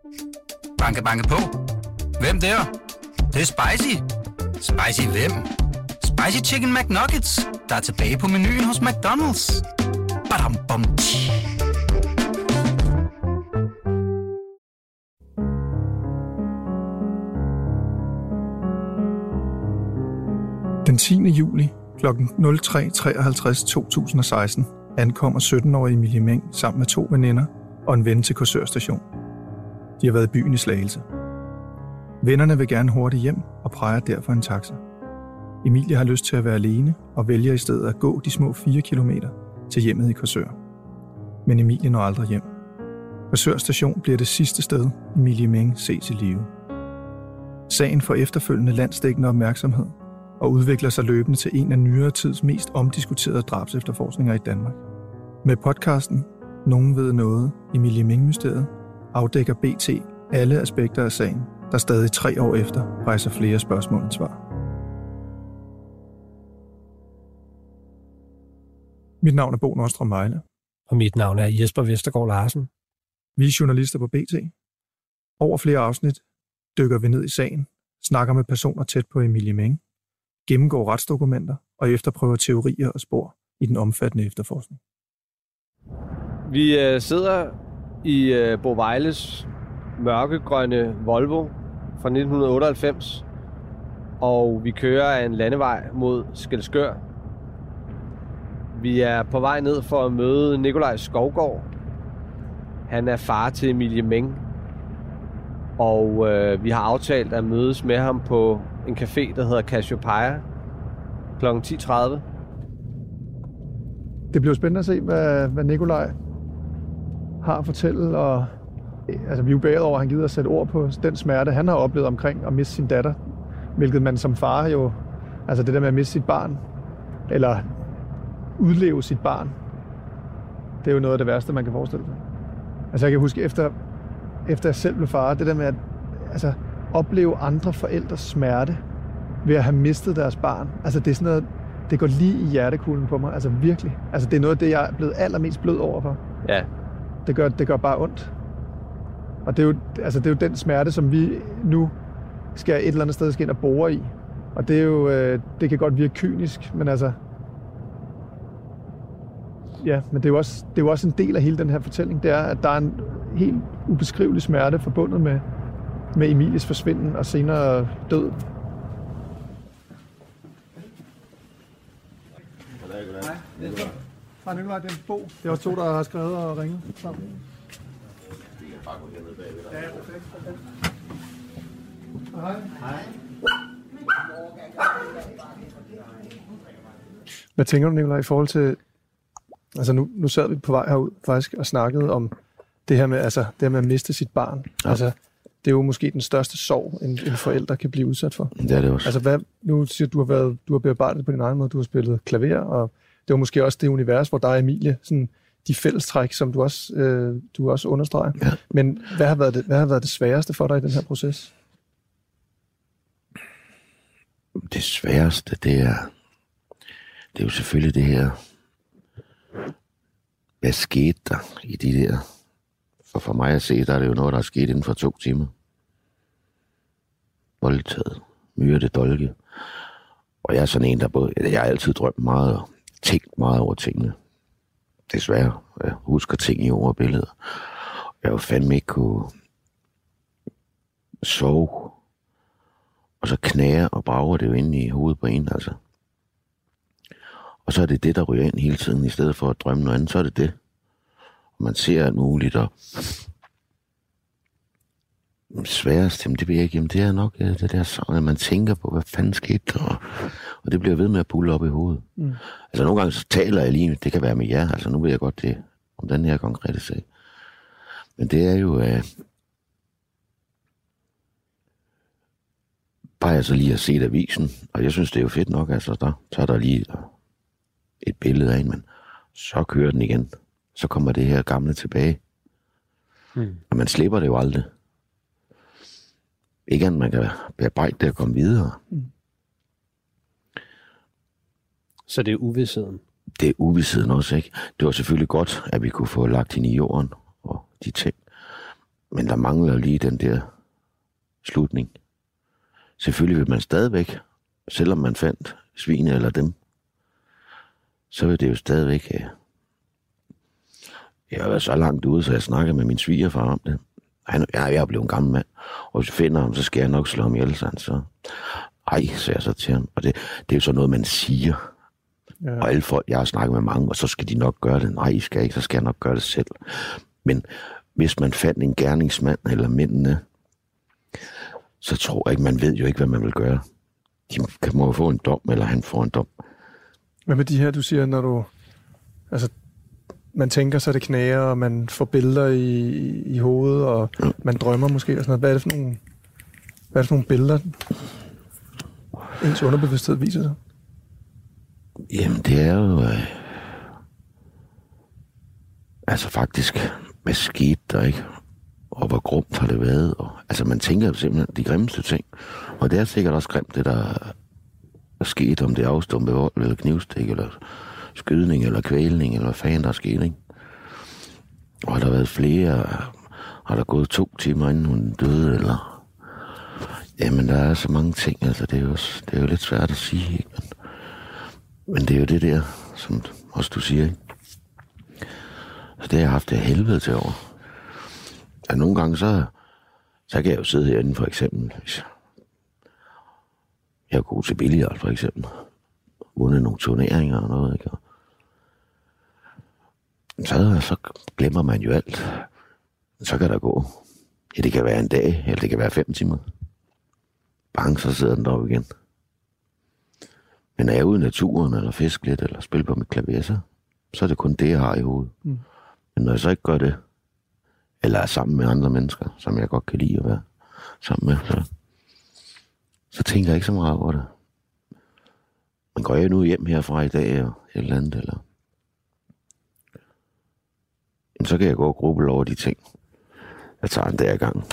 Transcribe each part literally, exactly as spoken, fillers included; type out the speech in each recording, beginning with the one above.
Banke, banke på. Hvem der? Det, det er spicy. Spicy hvem? Spicy Chicken McNuggets, der er tilbage på menuen hos McDonald's. Badum, bom, tji. Den tiende juli klokken tre treoghalvtreds to tusind og seksten ankommer sytten-årige Emilie Meng sammen med to veninder og en ven til Korsør Station. De har været i byen i Slagelse. Vennerne vil gerne hurtigt hjem og præger derfor en taxa. Emilie har lyst til at være alene og vælger i stedet at gå de små fire kilometer til hjemmet i Korsør. Men Emilie når aldrig hjem. Korsør Station bliver det sidste sted, Emilie Meng ses i live. Sagen får efterfølgende landsdækkende opmærksomhed og udvikler sig løbende til en af nyere tids mest omdiskuterede drabsefterforskninger i Danmark. Med podcasten Nogen ved noget, Emilie Meng-mysteriet, afdækker B T alle aspekter af sagen, der stadig tre år efter rejser flere spørgsmål end svar. Mit navn er Bo Nordstrøm Vejle. Og mit navn er Jesper Vestergaard Larsen. Vi er journalister på B T. Over flere afsnit dykker vi ned i sagen, snakker med personer tæt på Emilie Meng, gennemgår retsdokumenter og efterprøver teorier og spor i den omfattende efterforskning. Vi øh, sidder i øh, Bo Vejles mørkegrønne Volvo fra nitten otteoghalvfems, og vi kører af en landevej mod Skælskør. Vi er på vej ned for at møde Nikolaj Skovgaard. Han er far til Emilie Meng, og øh, vi har aftalt at mødes med ham på en café, der hedder Cassiopeia klokken ti tredive. Det bliver spændende at se, hvad, hvad Nikolaj har at fortælle, og altså, vi er jo bagud over, at han gider at sætte ord på den smerte, han har oplevet omkring at miste sin datter, hvilket man som far jo, altså det der med at miste sit barn, eller udleve sit barn, det er jo noget af det værste, man kan forestille sig. Altså jeg kan huske, efter, efter jeg selv blev far, det der med at altså, opleve andre forældres smerte ved at have mistet deres barn, altså det er sådan noget, det går lige i hjertekuglen på mig, altså virkelig. Altså det er noget af det, jeg er blevet allermest blød overfor. Ja. Det gør, det gør bare ondt. Og det er, jo, altså det er jo den smerte, som vi nu skal et eller andet sted skal ind og bore i. Og det er jo, det kan godt virke kynisk, men altså, ja, men det er jo også, det er jo også en del af hele den her fortælling, det er, at der er en helt ubeskrivelig smerte forbundet med, med Emilies forsvinden og senere død. Hej Nikolaj, det er Bo. Det er også to, der har skrevet og ringet sammen. Det kan bare gå hernede bagved dig. Ja, perfekt. Hej. Hej. Hvad tænker du, Nikolaj, i forhold til... Altså nu, nu sad vi på vej herud faktisk og snakkede om det her med, altså, det her med at miste sit barn. Ja. Altså, det er jo måske den største sorg, en, en forælder kan blive udsat for. Det er det også. Altså, hvad, nu siger du, du har været, du har bearbejdet på din egen måde, du har spillet klaver, og det var måske også det univers, hvor der er Emilie, sådan de fællestræk, som du også, øh, du også understreger. Ja. Men hvad har, været det, hvad har været det sværeste for dig i den her proces? Det sværeste, det er, det er jo selvfølgelig det her, hvad skete der i de der, for for mig at se, der er det jo noget, der er sket inden for to timer. Voldtaget, myrdet, dolke. Og jeg er sådan en, der både, jeg har altid drømt meget og tænkt meget over tingene. Desværre, jeg husker ting i ord og billeder. Jeg jo fandme ikke kunne sove, og så knager og brager det jo inde i hovedet på en, altså. Og så er det det, der ryger ind hele tiden, i stedet for at drømme noget andet, så er det det. Og man ser alt muligt, og sværest, jamen det ved jeg ikke, jamen det er nok det der sådan, at man tænker på, hvad fanden skete der, og, og det bliver ved med at pulle op i hovedet. Mm. Altså nogle gange så taler jeg lige, det kan være med jer, altså nu ved jeg godt det, om den her konkrete sag. Men det er jo, øh, bare jeg så lige har set avisen, og jeg synes det er jo fedt nok, altså der, så er der lige et billede af en, men så kører den igen. Så kommer det her gamle tilbage. Hmm. Og man slipper det jo aldrig. Ikke at man kan bearbejde det og komme videre. Hmm. Så det er uvidstheden? Det er uvidstheden også, ikke? Det var selvfølgelig godt, at vi kunne få lagt hende i jorden og de ting. Men der mangler lige den der slutning. Selvfølgelig vil man stadigvæk, selvom man fandt svine eller dem, så vil det jo stadigvæk... Øh, jeg har været så langt ude, så jeg snakker med min svigerfar om det. Han, ja, jeg er blevet en gammel mand, og hvis jeg finder ham, så skal jeg nok slå ham ihjel, sådan så... Ej, så jeg så til ham. Og det, det er jo så noget, man siger. Ja. Og alle folk, jeg har snakket med mange, og så skal de nok gøre det. Nej, I skal ikke, så skal jeg nok gøre det selv. Men hvis man fandt en gerningsmand eller mændene, så tror jeg ikke, man ved jo ikke, hvad man vil gøre. De kan må få en dom, eller han får en dom. Hvad med de her, du siger, når du... Altså, man tænker, så det knager, og man får billeder i, i hovedet, og ja. Man drømmer måske, og sådan noget. Hvad er det for nogle, hvad er det for nogle billeder, ens underbevidsthed viser sig? Jamen, det er jo... Øh, altså faktisk, hvad skete der, ikke? Og hvor grumt har det været? Og, altså, man tænker simpelthen de grimmeste ting. Og det er sikkert også grimt, det der er sket, om det er afstumpet vold, eller knivstik, eller skydning, eller kvælning, eller hvad fanden der er sket, ikke? Og har der været flere... Har der gået to timer, inden hun døde, eller... Jamen, der er så mange ting, altså, det er jo, også, det er jo lidt svært at sige, ikke? Men, men det er jo det der, som også du siger, ikke? Så det har jeg haft det helvede til over. Ja, nogle gange, så, så kan jeg jo sidde herinde, for eksempel, hvis jeg, jeg er god til billiard, for eksempel. Vundet nogle turneringer og noget, ikke? Så, så glemmer man jo alt. Så kan der gå. Ja, det kan være en dag, eller det kan være fem timer. Bang, så sidder den deroppe igen. Men når jeg er ude i naturen, eller fisk lidt, eller spiller på mit klaver, så, så er det kun det, jeg har i hovedet. Mm. Men når jeg så ikke gør det, eller er sammen med andre mennesker, som jeg godt kan lide at være sammen med, så, så tænker jeg ikke så meget over det. Men går jeg nu hjem herfra i dag, og et eller andet, eller... Jamen, så kan jeg gå og gruble over de ting. Jeg tager en dag ad gangen.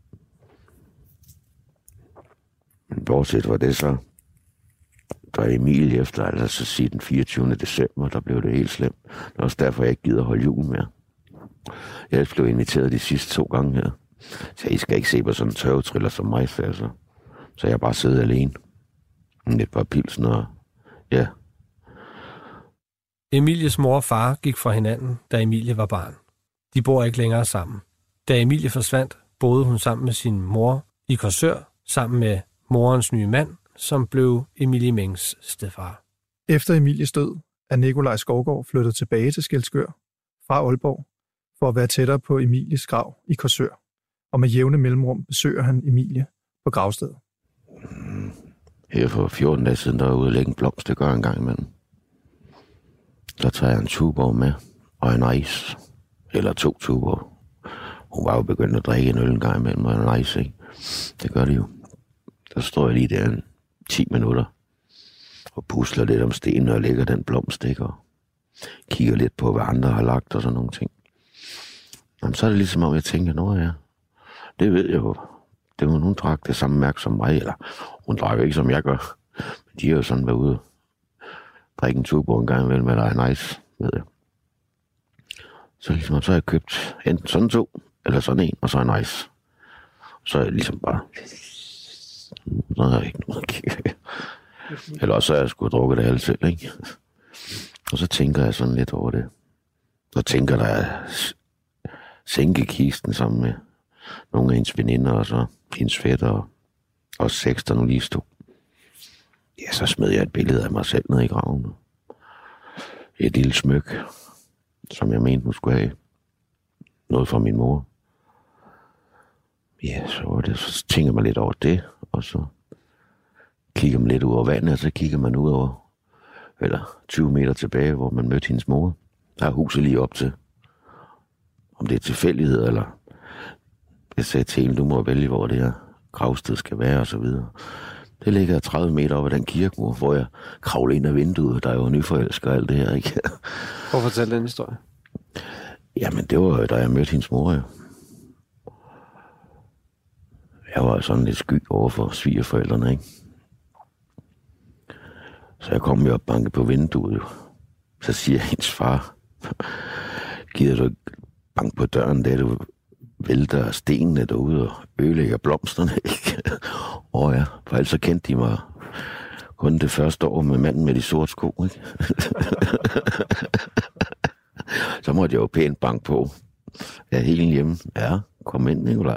Men bortset fra det, så der Emilie efter, altså så sige den fireogtyvende december, der blev det helt slemt. Det er også derfor, jeg ikke gider holde jul mere. Jeg blev inviteret de sidste to gange her. Så I skal ikke se på sådan en tørvetriller som mig, så, så. så jeg bare sidder alene. Et par pilsen og ja. Emilies mor og far gik fra hinanden, da Emilie var barn. De bor ikke længere sammen. Da Emilie forsvandt, boede hun sammen med sin mor i Korsør, sammen med morens nye mand, som blev Emilie Mengs stedfar. Efter Emilies død er Nikolaj Skovgaard flyttet tilbage til Skælskør fra Aalborg for at være tættere på Emilies grav i Korsør, og med jævne mellemrum besøger han Emilie på gravstedet. Her for fjorten dage siden, der var ude og lægge en blomst, det gør en gang imellem. Der tager jeg en tuborg med, og en ice, eller to tuborg. Hun var jo begyndt at drikke en øl en gang imellem, og en ice, ikke? Det gør det jo. Der står jeg lige der en ti minutter, og pusler lidt om stenen og lægger den blomst, ikke? Og kigger lidt på, hvad andre har lagt og sådan nogle ting. Jamen, så er det ligesom om, jeg tænker, nå ja, det ved jeg jo. Det var nogen drak det samme mærke som mig, eller hun drak ikke, som jeg gør. Men de har jo sådan været ude drikke en tuborg en gang imellem, eller en ice, ved jeg. Så ligesom, så har jeg købt enten sådan to, eller sådan en, og så en ice. Så er jeg ligesom bare... Så har jeg ikke noget at kigge. Eller også har jeg sgu drukket det alle selv, ikke? Og så tænker jeg sådan lidt over det. Så tænker der, at sænke kisten sammen med nogle af hendes veninder, og så hendes fætter, og også seks, der nu lige stod. Ja, så smed jeg et billede af mig selv ned i graven. Et lille smyk, som jeg mente, hun skulle have. Noget fra min mor. Ja, så var det, så tænker man lidt over det, og så kigger man lidt ud over vandet, og så kigger man ud over, eller tyve meter tilbage, hvor man mødte hendes mor. Der er huset lige op til. Om det er tilfældighed, eller jeg sagde til hende, du må vælge, hvor det her gravsted skal være, og så videre. Det ligger tredive meter over den kirkemur, hvor jeg kravler ind ad vinduet, der er jo nyforelsker og alt det her, ikke? Prøv at fortælle den historie. Jamen, det var da jeg mødte hendes mor, jo. Jeg var sådan lidt sky over for svigerforældrene, ikke? Så jeg kom jo op og banke på vinduet, jo. Så siger hendes far, gider du ikke banke på døren, det du vælter stenene derude og ødelægger blomsterne, ikke? Åh ja, for ellers så kendte de mig kun det første år med manden med de sorte sko, ikke? Så måtte jeg jo pænt banke på. Jeg er helt hjemme. Ja, kom ind, Nikolaj.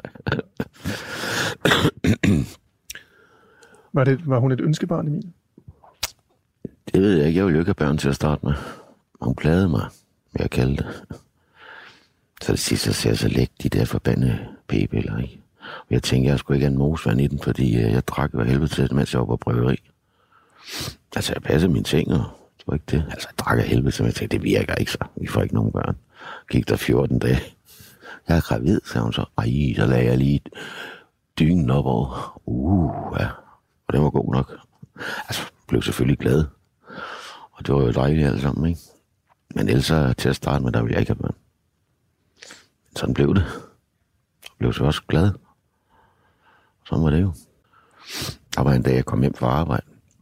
Var, det, var hun et ønskebarn, Emil? Det ved jeg ikke. Jeg ville jo ikke have børn til at starte med. Hun plagede mig, hvad jeg kaldte det. Så det sidste, så jeg så lægge de der forbandede p-piller, ikke? Og jeg tænkte, jeg skulle ikke have en mosvand i den, fordi jeg drak jo helvede til, mens jeg var på bryggeri. Altså, jeg passede mine ting, og det var ikke det. Altså, jeg drak af helvede til, men jeg tænkte, det virker ikke så. Vi får ikke nogen børn. Gik der fjorten dage. Jeg er gravid, sagde hun så. Ej, så lagde jeg lige dynen op over. Uh, ja. Og den var god nok. Altså, blev selvfølgelig glad. Og det var jo dejligt alle sammen, ikke? Men ellers til at starte med, der ville jeg ikke have børn. Sådan blev det. Jeg blev så også glad. Sådan var det jo. Der var en dag, jeg kom hjem fra arbejde.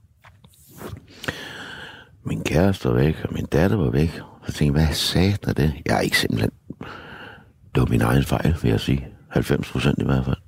Min kæreste var væk, og min datter var væk. Så tænkte jeg, hvad sagde der det? Jeg er ikke simpelthen... Det var min egen fejl, vil jeg sige. halvfems procent i hvert fald.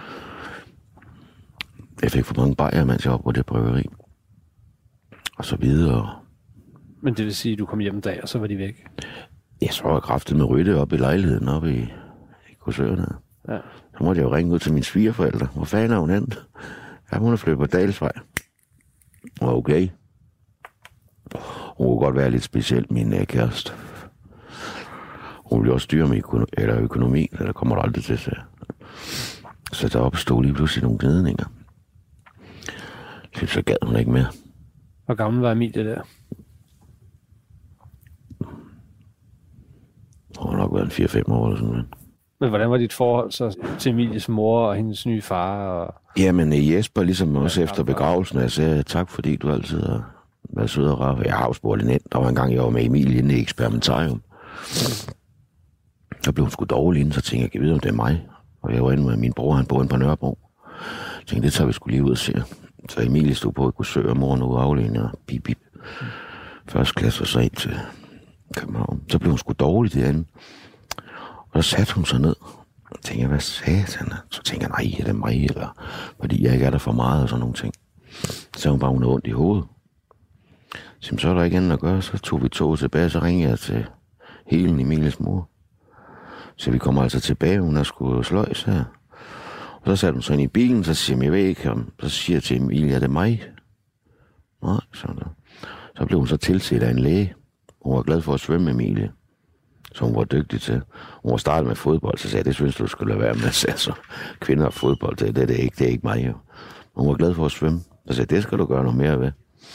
Jeg fik for mange bajer, mens jeg var på det bryggeri. Og så videre. Men det vil sige, at du kom hjem en dag, og så var de væk? Jeg så var kraftet med rytte op i lejligheden, oppe i, i Korsørene. Ja. Så måtte jeg jo ringe ud til mine svigerforældre. Hvor fanden er hun henne? Ja, hun er flyttet på Dalsvej. Og okay. Hun kunne godt være lidt speciel, min uh, kæreste. Hun ville også styre med økonomi, eller økonomi, eller kommer der aldrig til. Så, så der opstod lige pludselig nogle gnidninger. Så gad hun ikke mere. Hvor gammel var Emilie der? Hun har nok været en fire fem år eller sådan noget. Men hvordan var dit forhold så til Emilies mor og hendes nye far? Og... Jamen Jesper, ligesom også efter begravelsen, jeg sagde tak, fordi du altid har været sød og rar. Jeg har jo spurgt hende ind. Der var en gang, jeg var med Emilie inde i Eksperimentarium. Der blev hun sgu dårlig inden, så tænkte jeg, jeg vide, om det er mig. Og jeg var inde med min bror, han bor inde på Nørrebro. Jeg tænkte, det tager vi sgu lige ud og se. Så Emilie stod på i Korsør, og moren ude aflæne og bip bip. Første klasse og så ind til København. Så blev hun sgu dårlig derinde. Og så satte hun sig ned. Og tænkte, hvad satan? Så tænkte jeg, nej, er det mig? Eller fordi jeg ikke er der for meget og sådan nogle ting. Så sagde hun bare, hun havde ondt i hovedet. Så, så er der ikke andet at gøre. Så tog vi toget tilbage, så ringede jeg til Helen, Emilies mor. Så vi kommer altså tilbage, hun har sgu sløjs her. Og så satte hun sig ind i bilen, så siger jeg, jeg ved ikke om. Så siger jeg til Emilie, er det mig? Nej, sådan der. Så blev hun så tilset af en læge. Hun var glad for at svømme, Emilie. Så hun var dygtig til. Hun var startet med fodbold, så sagde jeg, det synes du skulle lade være med. Så altså, kvinder og fodbold, det, det, det, er ikke, det er ikke mig jo. Hun var glad for at svømme. Så sagde jeg, det skal du gøre noget mere ved.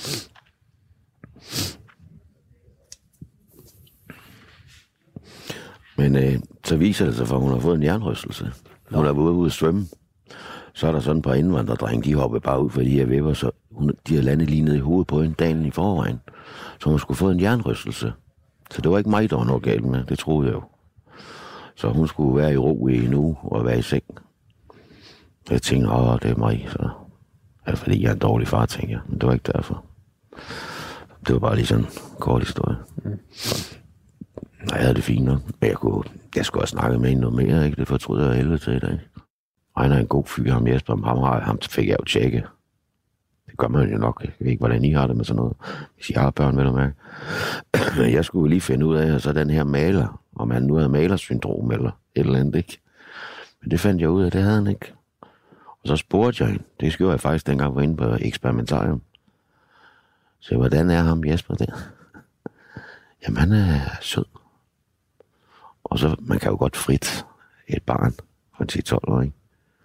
Men øh, så viser det sig, for hun har fået en jernrystelse. Hun har været ude at svømme. Så er der sådan et par indvandrerdrenge, de hoppede bare ud for de her vipper, så hun, de har landet lige ned i hovedet på en dagen i forvejen. Så hun skulle få en jernrystelse. Så det var ikke mig, der var noget galt med. Det troede jeg jo. Så hun skulle være i ro i en uge og være i seng. Så jeg tænkte, åh, det er mig. Så er det fordi, jeg er en dårlig far, tænker jeg. Men det var ikke derfor. Det var bare lige sådan en kort historie. Mm. Nej, jeg havde det fint nok. Men jeg, kunne, jeg skulle have snakket med hende noget mere, ikke? Det fortryder jeg helvede til i dag. Ejner er en god fyr, ham Jesper. Ham, ham, ham fik jeg jo tjekke. Det gør man jo nok. Jeg ved ikke, hvordan I har det med sådan noget. Hvis I har børn, vil du mærke. Men jeg skulle lige finde ud af, så den her maler, om han nu havde malersyndrom eller et eller andet, ikke? Men det fandt jeg ud af, det havde han ikke. Og så spurgte jeg hende. Det skrev jeg faktisk dengang, jeg var inde på Eksperimentarium. Så hvordan er ham Jesper der? Jamen, han er sød. Og så, man kan jo godt frit et barn for ti tolv år, ikke?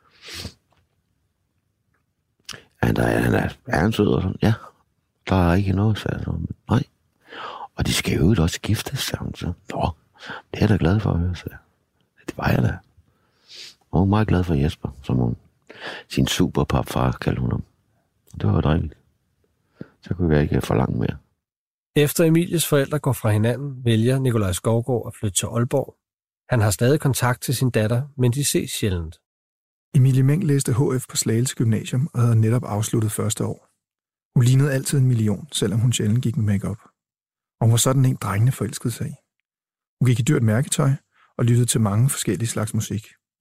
Han er, han er, er han sød og sådan? Ja, der er ikke noget, sagde jeg. Nej. Og de skal jo også giftes, sagde hun så. Nå, det er jeg da glad for at høre, sagde jeg. Det var jeg da. Og hun er meget glad for Jesper, som hun, sin superpapfar, kaldte hun ham. Det var dejligt. Så kunne jeg ikke forlange mere. Efter Emilies forældre går fra hinanden, vælger Nikolaj Skovgaard at flytte til Aalborg. Han har stadig kontakt til sin datter, men de ses sjældent. Emilie Meng læste H F på Slagelse Gymnasium og havde netop afsluttet første år. Hun lignede altid en million, selvom hun sjældent gik med makeup. Og hun var sådan en, drengene forelskede sig i. Hun gik i dyrt mærketøj og lyttede til mange forskellige slags musik.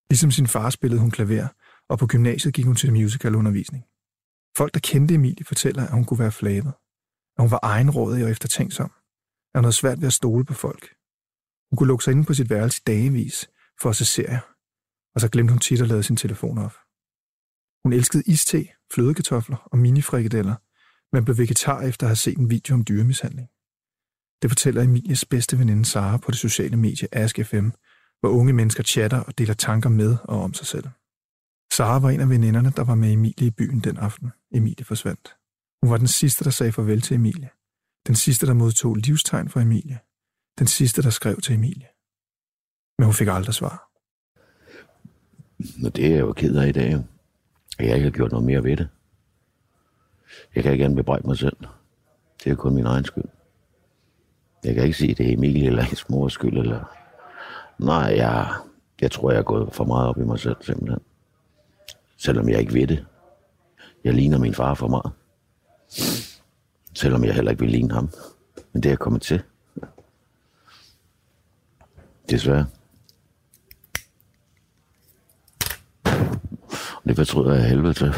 Ligesom sin far spillede hun klaver, og på gymnasiet gik hun til musicalundervisning. Folk, der kendte Emilie, fortæller, at hun kunne være flabet. At hun var egenrådig og eftertænksom. At hun havde svært ved at stole på folk. Hun kunne lukke sig inde på sit værelse dagevis for at se serier, og så glemte hun tit at lade sin telefon op. Hun elskede iste, flødekartofler og minifrikadeller, men blev vegetar efter at have set en video om dyremishandling. Det fortæller Emilies bedste veninde Sara på det sociale medie Ask F M, hvor unge mennesker chatter og deler tanker med og om sig selv. Sara var en af veninderne, der var med Emilie i byen den aften. Emilie forsvandt. Hun var den sidste, der sagde farvel til Emilie. Den sidste, der modtog livstegn fra Emilie. Den sidste, der skrev til Emilie. Men hun fik aldrig svar. Nå, det er jeg jo ked af i dag. Jeg har ikke gjort noget mere ved det. Jeg kan ikke gerne bebrejde mig selv. Det er kun min egen skyld. Jeg kan ikke sige, at det er Emilie eller hendes mors skyld. Eller... Nej, jeg, jeg tror, jeg er gået for meget op i mig selv, simpelthen. Selvom jeg ikke ved det. Jeg ligner min far for meget. Selvom jeg heller ikke vil ligne ham. Men det er jeg kommet til. Desværre. Det fortryder jeg helvede til.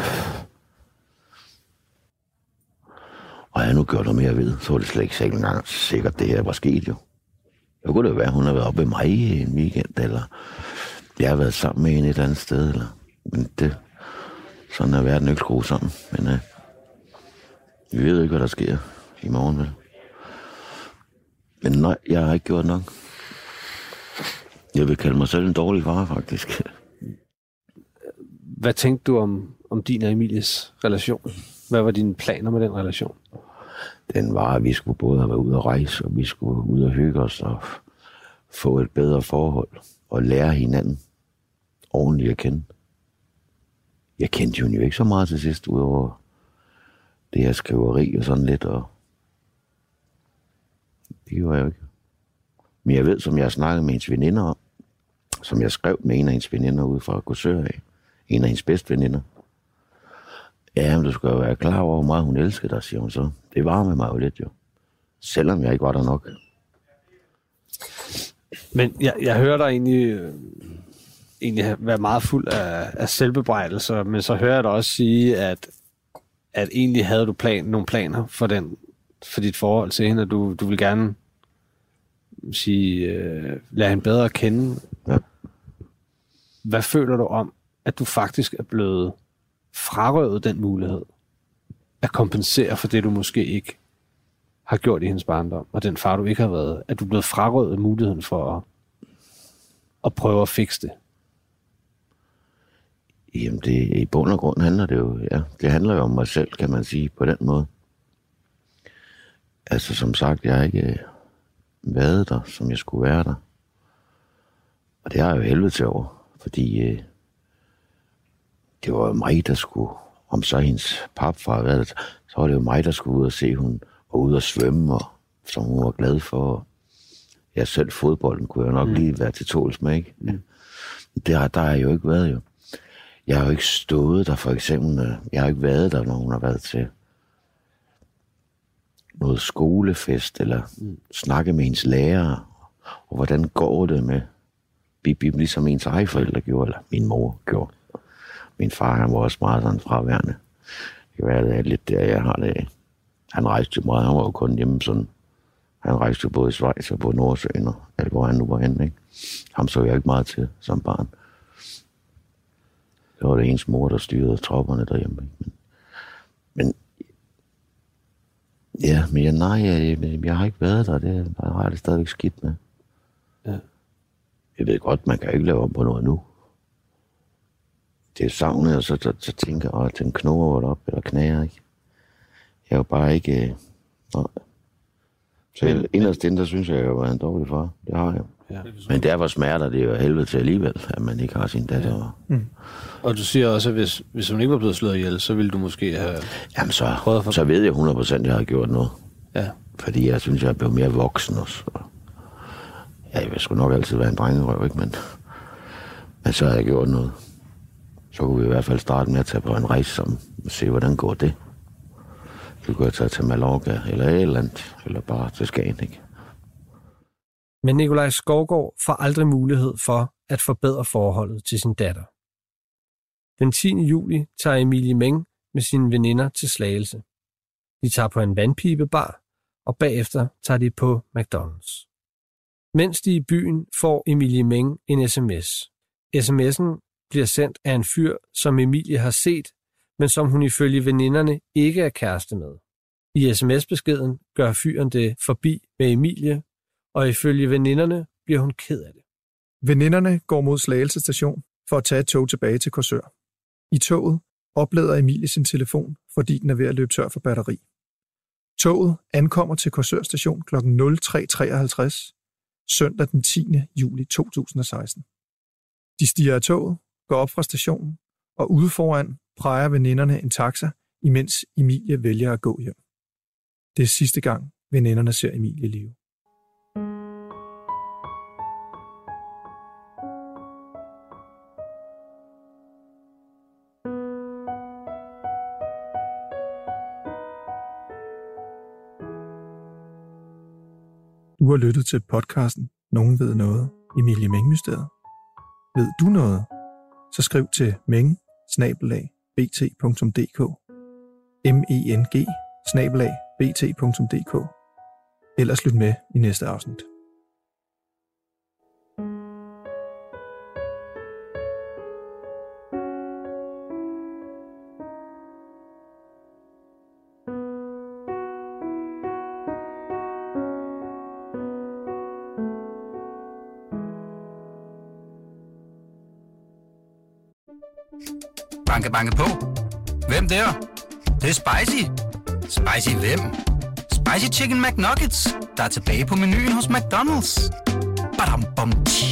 Og jeg nu gjort noget mere ved, så var det slet ikke sikkert engang sikkert, det her var sket jo. Jeg kunne det være, hun har været oppe med mig i en weekend, eller jeg har været sammen med hende et eller andet sted, eller... Men det... Sådan er verden ikke skruet sammen, men øh, vi ved ikke, hvad der sker i morgen, vel? Men nej, jeg har ikke gjort nok. Jeg vil kalde mig selv en dårlig far, faktisk. Hvad tænkte du om, om din og Emilies relation? Hvad var dine planer med den relation? Den var, at vi skulle både have været ude at rejse, og vi skulle ud og hygge os og få et bedre forhold og lære hinanden ordentligt at kende. Jeg kendte jo ikke så meget til sidst, udover det her skriveri og sådan lidt, og det gjorde jeg jo ikke. Men jeg ved, som jeg har snakket med hendes veninder om, som jeg skrev med en af hendes veninder ude fra Korsør af, en af hendes bedste veninder. Ja, men du skal jo være klar over, hvor meget hun elskede dig, siger hun så. Det varmede mig jo lidt, jo. Selvom jeg ikke var der nok. Men jeg, jeg hører dig egentlig, øh, egentlig være meget fuld af, af selvbebrejdelser, men så hører jeg dig også sige, at, at egentlig havde du plan, nogle planer for, den, for dit forhold til hende, og du, du vil gerne sige, øh, lade hende bedre at kende. Ja. Hvad føler du om, at du faktisk er blevet frarøvet den mulighed at kompensere for det, du måske ikke har gjort i hendes barndom, og den far, du ikke har været, at du er blevet frarøvet muligheden for at, at prøve at fikse det? Jamen, det, i bund og grund handler det jo, ja, det handler jo om mig selv, kan man sige, på den måde. Altså, som sagt, jeg har ikke været der, som jeg skulle være der. Og det har jeg jo helvede til over, fordi øh, det var jo mig, der skulle, om så hendes papfar havde været der, så var det jo mig, der skulle ud og se, hun var ude og svømme, og som hun var glad for. Ja, selv fodbolden kunne jeg nok mm. lige være til tåls med, ikke? Mm. Det har, der har jeg jo ikke været, jo. Jeg har jo ikke stået der, for eksempel. Jeg har ikke været der, når hun har været til noget skolefest, eller mm. snakke med hendes lærer, og hvordan går det med bip, bip, ligesom ens egne forældre gjorde, eller min mor gjorde. Min far, han var også meget sådan fraværende. Det kan være, det er lidt der, jeg har det. Han rejste jo meget, han var jo kun hjemme sådan. Han rejste jo både i Schweiz og på Nordsøen, og alt, hvor han nu var henne, ikke? Ham så jeg ikke meget til som barn. Det var det ens mor, der styrede tropperne derhjemme, ikke? Men, men ja, men jeg, nej, jeg, jeg har ikke været der, det har jeg det stadigvæk skidt med. Ja. Jeg ved godt, man kan ikke lave om på noget nu. Det er savnet, og så, så, så tænker jeg, at den knurrer op, eller knager, ikke? Jeg er jo bare ikke... Nej. Så men, inderst inden, der synes jeg, at jeg var en dårlig far. Det har jeg. Ja. Men der var smerter, det er jo helvede til alligevel, at man ikke har sin datter. Ja. Mm. Og du siger også, at hvis, hvis hun ikke var blevet slået ihjel, så ville du måske have... Jamen så, for... så ved jeg hundrede procent, at jeg har gjort noget. Ja. Fordi jeg synes, jeg er blevet mere voksen også. Ja, jeg vil sgu nok altid være en drengerøv, ikke? Men, men så har jeg gjort noget. Så kunne vi i hvert fald starte med at tage på en rejse sammen og se, hvordan går det. Så kunne jeg tage til Mallorca eller et eller andet, eller bare til Skagen, ikke? Men Nikolaj Skovgaard får aldrig mulighed for at forbedre forholdet til sin datter. Den tiende juli tager Emilie Meng med sine veninder til Slagelse. De tager på en vandpibebar, og bagefter tager de på McDonald's. Mens de er i byen, får Emilie Meng en sms. SMS'en bliver sendt af en fyr, som Emilie har set, men som hun ifølge veninderne ikke er kæreste med. I sms-beskeden gør fyren det forbi med Emilie, og ifølge veninderne bliver hun ked af det. Veninderne går mod Slagelse station for at tage et tog tilbage til Korsør. I toget oplader Emilie sin telefon, fordi den er ved at løbe tør for batteri. Toget ankommer til Korsør station kl. nul tre treoghalvtreds søndag den tiende juli to tusind og seksten. De stiger af toget, går op fra stationen, og ude foran præger veninderne en taxa, imens Emilie vælger at gå hjem. Det er sidste gang, veninderne ser Emilie i live. Du har lyttet til podcasten Nogen ved noget, Emilie Meng-mysteriet. Ved du noget? Så skriv til meng bindestreg b t punktum d k m e n g bindestreg b t punktum d k. Ellers lyt med i næste afsnit. Banke, banke på. Hvem der? Det, det er spicy. Spicy hvem? Spicy Chicken McNuggets, der er tilbage på menuen hos McDonald's. Badum, bom, tji.